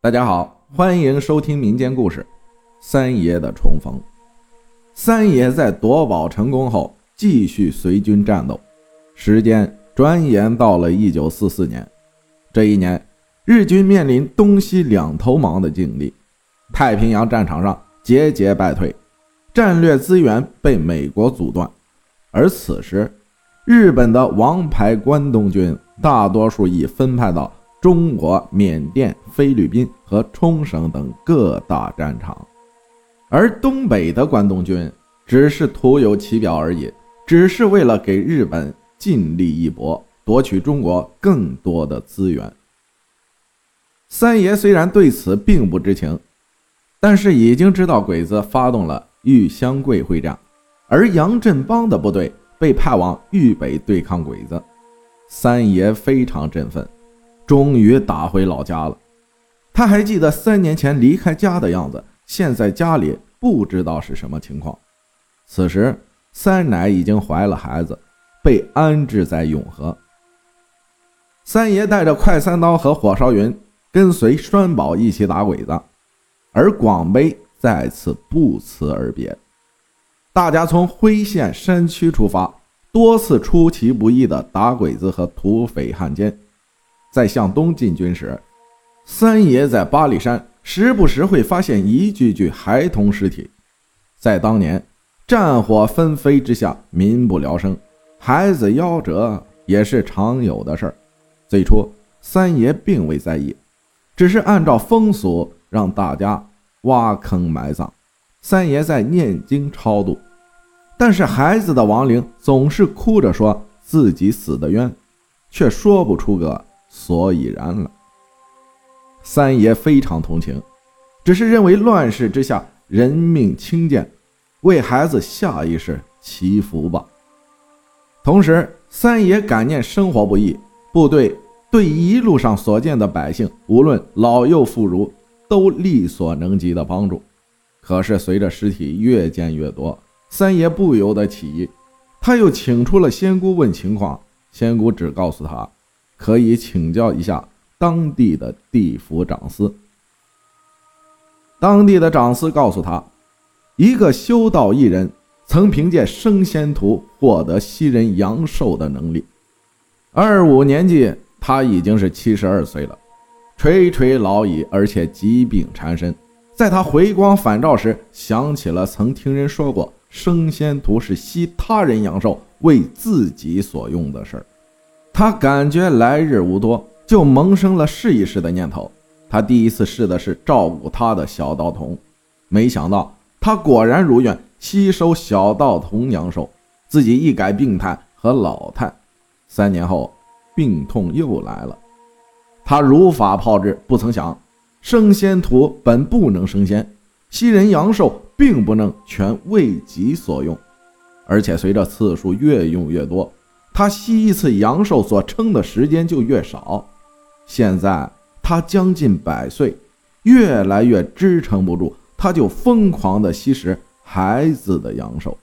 大家好，欢迎收听民间故事三爷的重逢。三爷在夺宝成功后继续随军战斗，时间转眼到了1944年。这一年，日军面临东西两头忙的境地，太平洋战场上节节败退，战略资源被美国阻断。而此时，日本的王牌关东军大多数已分派到中国、缅甸、菲律宾和冲绳等各大战场，而东北的关东军只是徒有其表而已，只是为了给日本尽力一搏，夺取中国更多的资源。三爷虽然对此并不知情，但是已经知道鬼子发动了玉香桂会战，而杨振邦的部队被派往豫北对抗鬼子。三爷非常振奋，终于打回老家了。他还记得3年前离开家的样子，现在家里不知道是什么情况。此时三奶已经怀了孩子，被安置在永和。三爷带着快三刀和火烧云跟随栓宝一起打鬼子，而广悲再次不辞而别。大家从辉县山区出发，多次出其不意的打鬼子和土匪汉奸。在向东进军时，三爷在八里山时不时会发现一具具孩童尸体。在当年战火纷飞之下，民不聊生，孩子夭折也是常有的事儿。最初三爷并未在意，只是按照风俗让大家挖坑埋葬，三爷在念经超度。但是孩子的亡灵总是哭着说自己死得冤，却说不出个所以然了。三爷非常同情，只是认为乱世之下人命轻贱，为孩子下一世祈福吧。同时三爷感念生活不易，部队对一路上所见的百姓，无论老幼妇孺，都力所能及的帮助。可是随着尸体越见越多，三爷不由得起疑，他又请出了仙姑问情况，仙姑只告诉他可以请教一下当地的地府长司。当地的长司告诉他，一个修道艺人曾凭借升仙图获得吸人阳寿的能力。25年纪，他已经是72岁了，垂垂老矣，而且疾病缠身。在他回光返照时，想起了曾听人说过升仙图是吸他人阳寿为自己所用的事儿。他感觉来日无多，就萌生了试一试的念头。他第一次试的是照顾他的小道童，没想到他果然如愿吸收小道童阳寿，自己一改病态和老态。3年后病痛又来了，他如法炮制，不曾想升仙图本不能升仙，吸人阳寿并不能全为己所用，而且随着次数越用越多，他吸一次阳寿所撑的时间就越少。现在他将近100岁，越来越支撑不住，他就疯狂地吸食孩子的阳寿。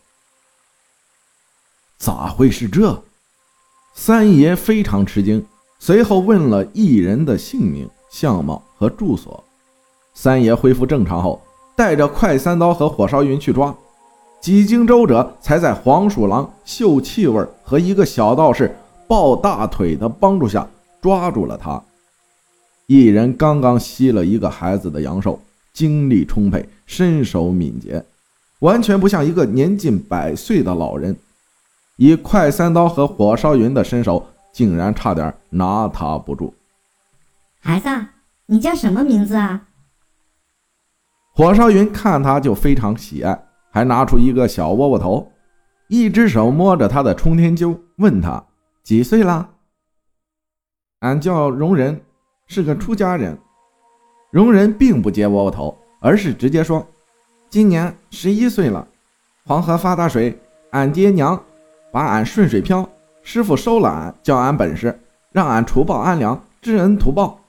咋会是这？三爷非常吃惊，随后问了艺人的姓名、相貌和住所。三爷恢复正常后，带着快三刀和火烧云去抓，几经周折，才在黄鼠狼、嗅气味和一个小道士抱大腿的帮助下抓住了他。艺人刚刚吸了一个孩子的阳寿，精力充沛，身手敏捷，完全不像一个年近100岁的老人。以快三刀和火烧云的身手，竟然差点拿他不住。 孩子，你叫什么名字啊？ 火烧云看他就非常喜爱，还拿出一个小窝窝头，一只手摸着他的冲天灸，问他几岁了。俺叫容仁，是个出家人。容仁并不接窝窝头，而是直接说，今年11岁了，黄河发大水，俺爹娘把俺顺水漂，师傅收了俺，教俺本事，让俺除暴安良，知恩图报。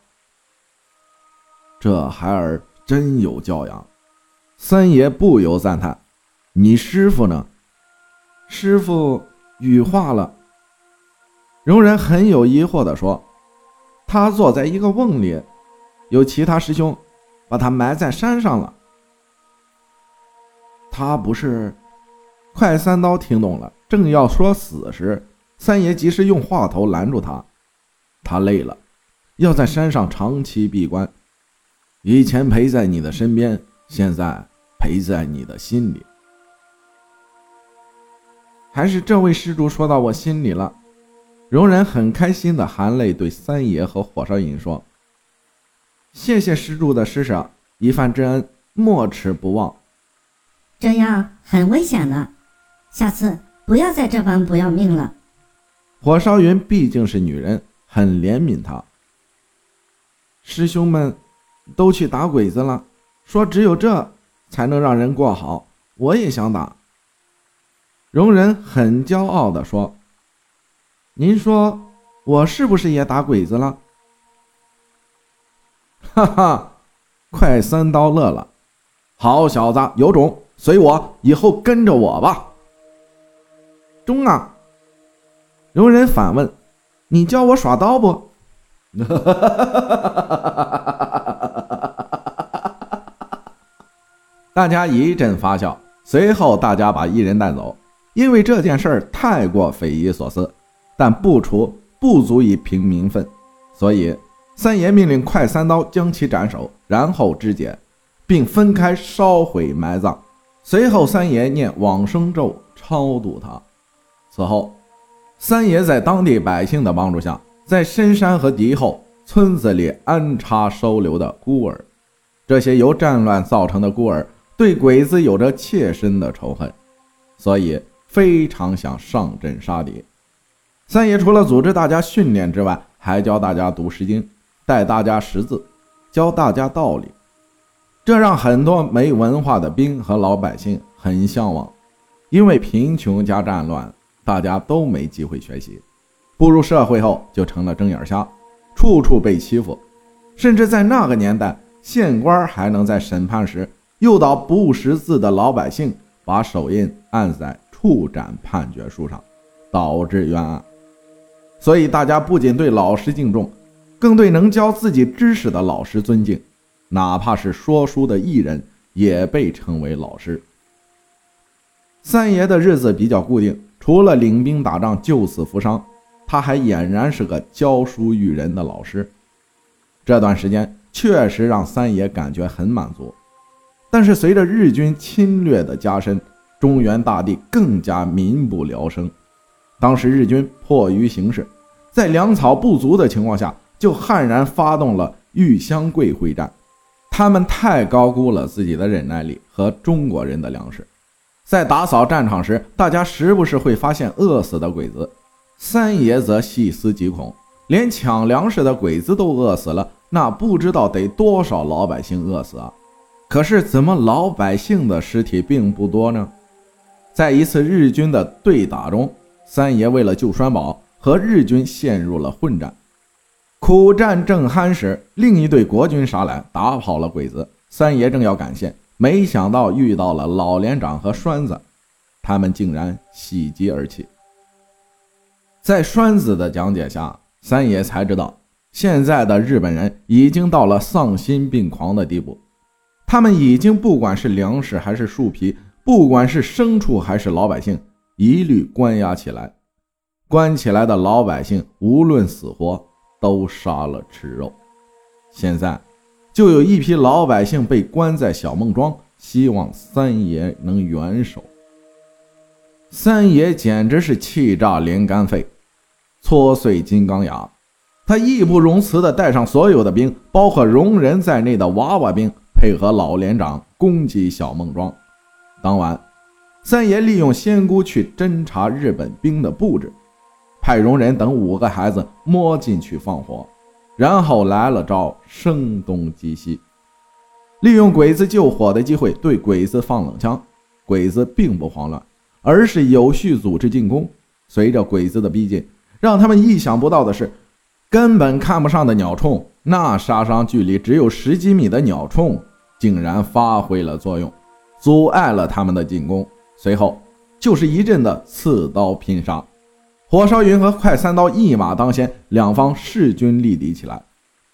这孩儿真有教养。三爷不由赞叹，你师傅呢？师傅羽化了。容人很有疑惑地说，他坐在一个瓮里， 有其他师兄把他埋在山上了。他不是……快三刀听懂了，正要说死时，三爷及时用话头拦住他。他累了，要在山上长期闭关，以前陪在你的身边，现在陪在你的心里。还是这位施主说到我心里了。容人很开心的含泪对三爷和火烧云说：谢谢施主的施舍，一饭之恩没齿不忘。 这样很危险的，下次不要再这般不要命了。 火烧云毕竟是女人，很怜悯她。师兄们都去打鬼子了，说只有这才能让人过好，我也想打。容人很骄傲地说：您说我是不是也打鬼子了？哈哈，快三刀乐了，好小子，有种，随我，以后跟着我吧。中啊！容人反问：你教我耍刀不？大家一阵发笑，随后大家把一人带走，因为这件事太过匪夷所思，但不足以平民愤，所以三爷命令快三刀将其斩首，然后肢解，并分开烧毁埋葬。随后三爷念往生咒超度他。此后三爷在当地百姓的帮助下，在深山和敌后村子里安插收留的孤儿。这些由战乱造成的孤儿对鬼子有着切身的仇恨，所以非常想上阵杀敌。三爷除了组织大家训练之外，还教大家读诗经，带大家识字，教大家道理。这让很多没文化的兵和老百姓很向往，因为贫穷加战乱，大家都没机会学习，步入社会后就成了睁眼瞎，处处被欺负，甚至在那个年代，县官还能在审判时诱导不识字的老百姓把手印按在处斩判决书上，导致冤案。所以大家不仅对老师敬重，更对能教自己知识的老师尊敬，哪怕是说书的艺人也被称为老师。三爷的日子比较固定，除了领兵打仗救死扶伤，他还俨然是个教书育人的老师。这段时间确实让三爷感觉很满足，但是随着日军侵略的加深，中原大地更加民不聊生。当时日军迫于形势，在粮草不足的情况下，就悍然发动了玉香桂会战。他们太高估了自己的忍耐力和中国人的粮食。在打扫战场时，大家时不时会发现饿死的鬼子，三爷则细思极恐，连抢粮食的鬼子都饿死了，那不知道得多少老百姓饿死啊！可是怎么老百姓的尸体并不多呢？在一次日军的对打中，三爷为了救栓宝，和日军陷入了混战。苦战正酣时，另一队国军杀来，打跑了鬼子。三爷正要赶线，没想到遇到了老连长和栓子，他们竟然喜极而泣。在栓子的讲解下，三爷才知道，现在的日本人已经到了丧心病狂的地步。他们已经不管是粮食还是树皮，不管是牲畜还是老百姓，一律关押起来。关起来的老百姓无论死活都杀了吃肉。现在就有一批老百姓被关在小孟庄，希望三爷能援手。三爷简直是气炸连肝肺，搓碎金刚牙。他义不容辞地带上所有的兵，包括容人在内的娃娃兵，配合老连长攻击小孟庄。当晚，三爷利用仙姑去侦查日本兵的布置，派容人等5个孩子摸进去放火，然后来了招声东击西，利用鬼子救火的机会对鬼子放冷枪。鬼子并不慌乱，而是有序组织进攻。随着鬼子的逼近，让他们意想不到的是，根本看不上的鸟铳，那杀伤距离只有10几米的鸟铳竟然发挥了作用，阻碍了他们的进攻。随后就是一阵的刺刀拼杀，火烧云和快三刀一马当先，两方势均力敌起来。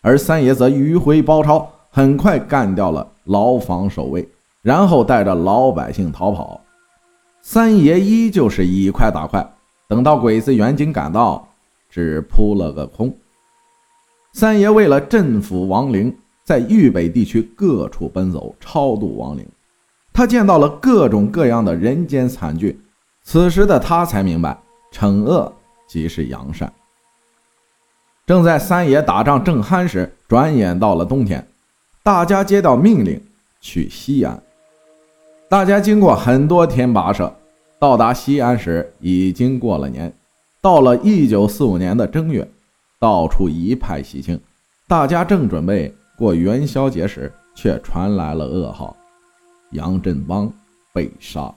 而三爷则迂回包抄，很快干掉了牢房守卫，然后带着老百姓逃跑。三爷依旧是以快打快，等到鬼子援军赶到，只扑了个空。三爷为了镇抚亡灵，在豫北地区各处奔走，超度亡灵。他见到了各种各样的人间惨剧，此时的他才明白，惩恶即是扬善。正在三爷打仗正酣时，转眼到了冬天，大家接到命令去西安。大家经过很多天跋涉，到达西安时已经过了年。到了1945年的正月，到处一派喜庆，大家正准备过元宵节时，却传来了噩耗：杨振邦被杀。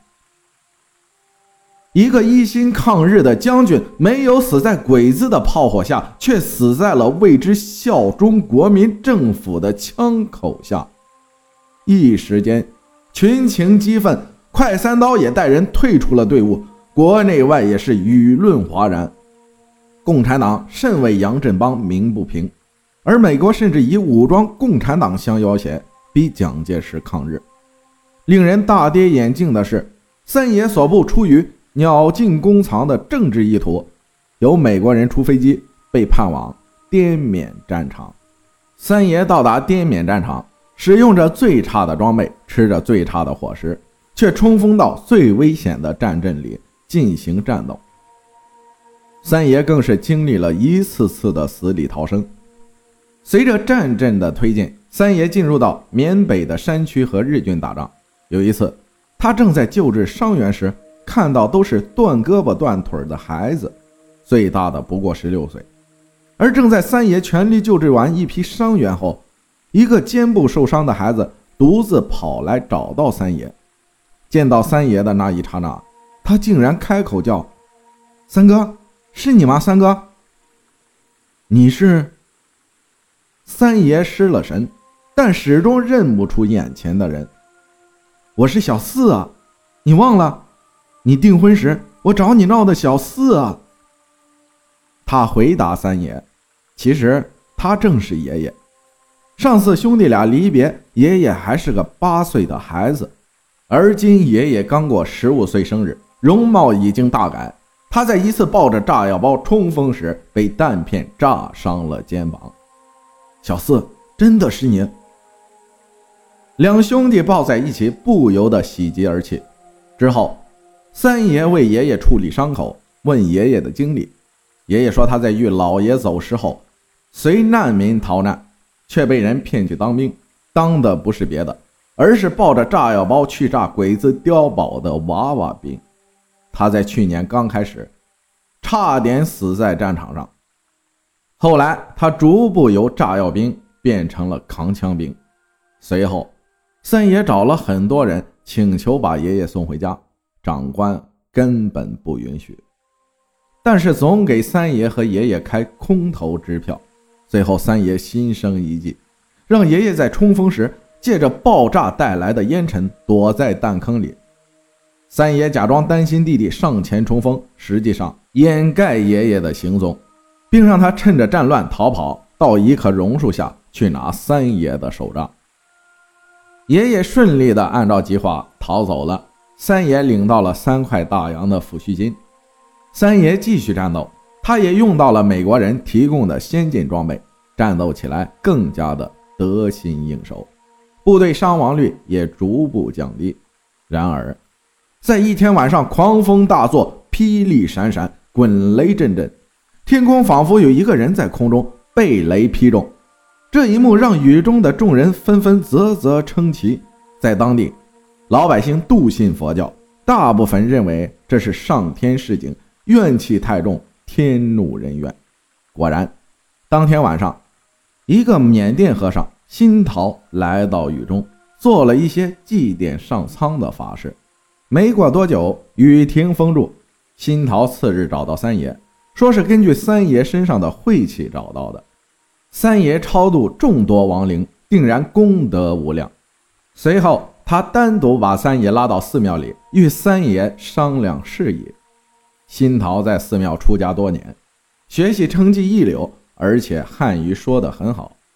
一个一心抗日的将军，没有死在鬼子的炮火下，却死在了为之效忠国民政府的枪口下。一时间群情激愤，快三刀也带人退出了队伍，国内外也是舆论哗然。共产党甚为杨振邦鸣不平，而美国甚至以武装共产党相要挟，逼蒋介石抗日。令人大跌眼镜的是，三爷所部出于鸟尽弓藏的政治意图，由美国人出飞机被派往滇缅战场。三爷到达滇缅战场，使用着最差的装备，吃着最差的伙食，却冲锋到最危险的战阵里进行战斗。三爷更是经历了一次次的死里逃生。随着战阵的推进，三爷进入到缅北的山区和日军打仗。有一次，他正在救治伤员时，看到都是断胳膊断腿的孩子，最大的不过16岁。而正在三爷全力救治完一批伤员后，一个肩部受伤的孩子独自跑来找到三爷。见到三爷的那一刹那，他竟然开口叫：三哥，是你吗？三哥，你是？三爷失了神，但始终认不出眼前的人。我是小四啊，你忘了？你订婚时我找你闹的小四啊。他回答三爷，其实他正是爷爷。上次兄弟俩离别，爷爷还是个8岁的孩子，而今爷爷刚过15岁生日，容貌已经大改。他在一次抱着炸药包冲锋时被弹片炸伤了肩膀。小四，真的是你？两兄弟抱在一起，不由得喜极而泣。之后，三爷为爷爷处理伤口，问爷爷的经历。爷爷说他在遇老爷走时后，随难民逃难，却被人骗去当兵，当的不是别的，而是抱着炸药包去炸鬼子碉堡的娃娃兵。他在去年刚开始，差点死在战场上。后来他逐步由炸药兵变成了扛枪兵。随后三爷找了很多人请求把爷爷送回家，长官根本不允许，但是总给三爷和爷爷开空头支票。最后三爷心生一计，让爷爷在冲锋时借着爆炸带来的烟尘躲在弹坑里。三爷假装担心弟弟上前冲锋，实际上掩盖爷爷的行踪，并让他趁着战乱逃跑到一棵榕树下去拿三爷的手杖。爷爷顺利地按照计划逃走了，三爷领到了3块大洋的抚恤金。三爷继续战斗，他也用到了美国人提供的先进装备，战斗起来更加的得心应手，部队伤亡率也逐步降低。然而在一天晚上，狂风大作，霹雳闪闪，滚雷阵阵，天空仿佛有一个人在空中被雷劈中。这一幕让雨中的众人纷纷啧啧称奇。在当地，老百姓笃信佛教，大部分认为这是上天示警，怨气太重，天怒人怨。果然，当天晚上，一个缅甸和尚新桃来到雨中，做了一些祭奠上苍的法事。没过多久，雨停风住。新桃次日找到三爷，说是根据三爷身上的晦气找到的。三爷超度众多亡灵，定然功德无量。随后他单独把三爷拉到寺庙里，与三爷商量事宜。新桃在寺庙出家多年，学习成绩一流，而且汉语说得很好。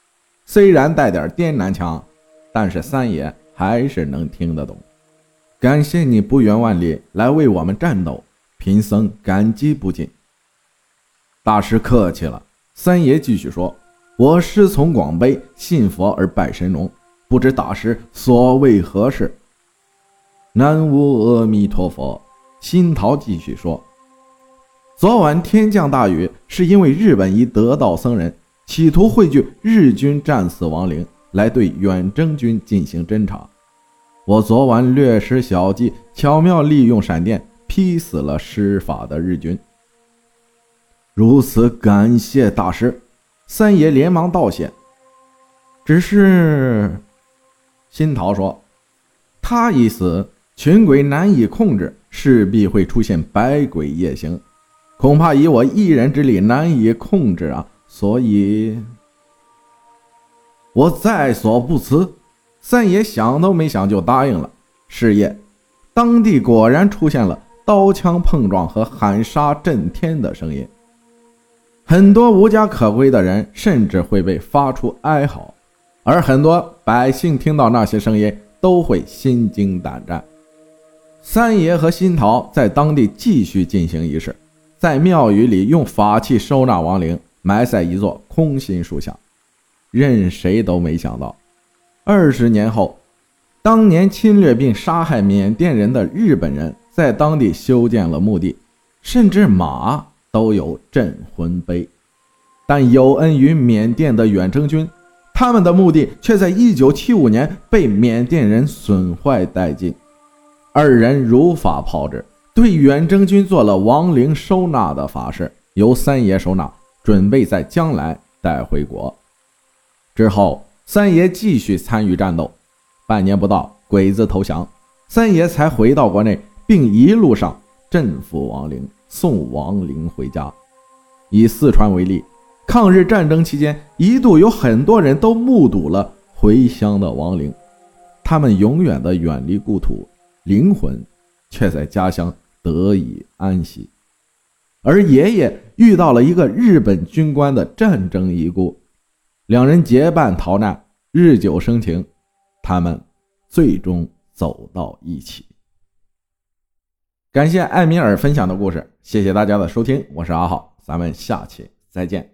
虽然带点滇南腔，但是三爷还是能听得懂。感谢你不远万里来为我们战斗，贫僧感激不尽。大师客气了。三爷继续说，我师从广卑，信佛而拜神农，不知大师所谓何事？南无阿弥陀佛。新桃继续说，昨晚天降大雨，是因为日本一得道僧人企图汇聚日军战死亡灵，来对远征军进行侦察。我昨晚略施小计，巧妙利用闪电劈死了施法的日军。如此感谢大师。三爷连忙道谢。只是新桃说，他一死，群鬼难以控制，势必会出现百鬼夜行，恐怕以我一人之力难以控制啊，所以我在所不辞。三爷想都没想就答应了。是夜，当地果然出现了刀枪碰撞和喊杀震天的声音，很多无家可归的人甚至会被发出哀嚎，而很多百姓听到那些声音都会心惊胆战。三爷和新桃在当地继续进行仪式，在庙宇里用法器收纳亡灵，埋在一座空心树下。任谁都没想到，20年后，当年侵略并杀害缅甸人的日本人在当地修建了墓地，甚至马都有镇魂碑。但有恩于缅甸的远征军，他们的墓地却在1975年被缅甸人损坏殆尽。二人如法炮制，对远征军做了亡灵收纳的法事，由三爷收纳，准备在将来带回国。之后三爷继续参与战斗，半年不到，鬼子投降，三爷才回到国内，并一路上镇服亡灵，送亡灵回家。以四川为例，抗日战争期间一度有很多人都目睹了回乡的亡灵，他们永远的远离故土，灵魂却在家乡得以安息。而爷爷遇到了一个日本军官的战争遗孤，两人结伴逃难，日久生情，他们最终走到一起。感谢艾米尔分享的故事，谢谢大家的收听，我是阿浩，咱们下期再见。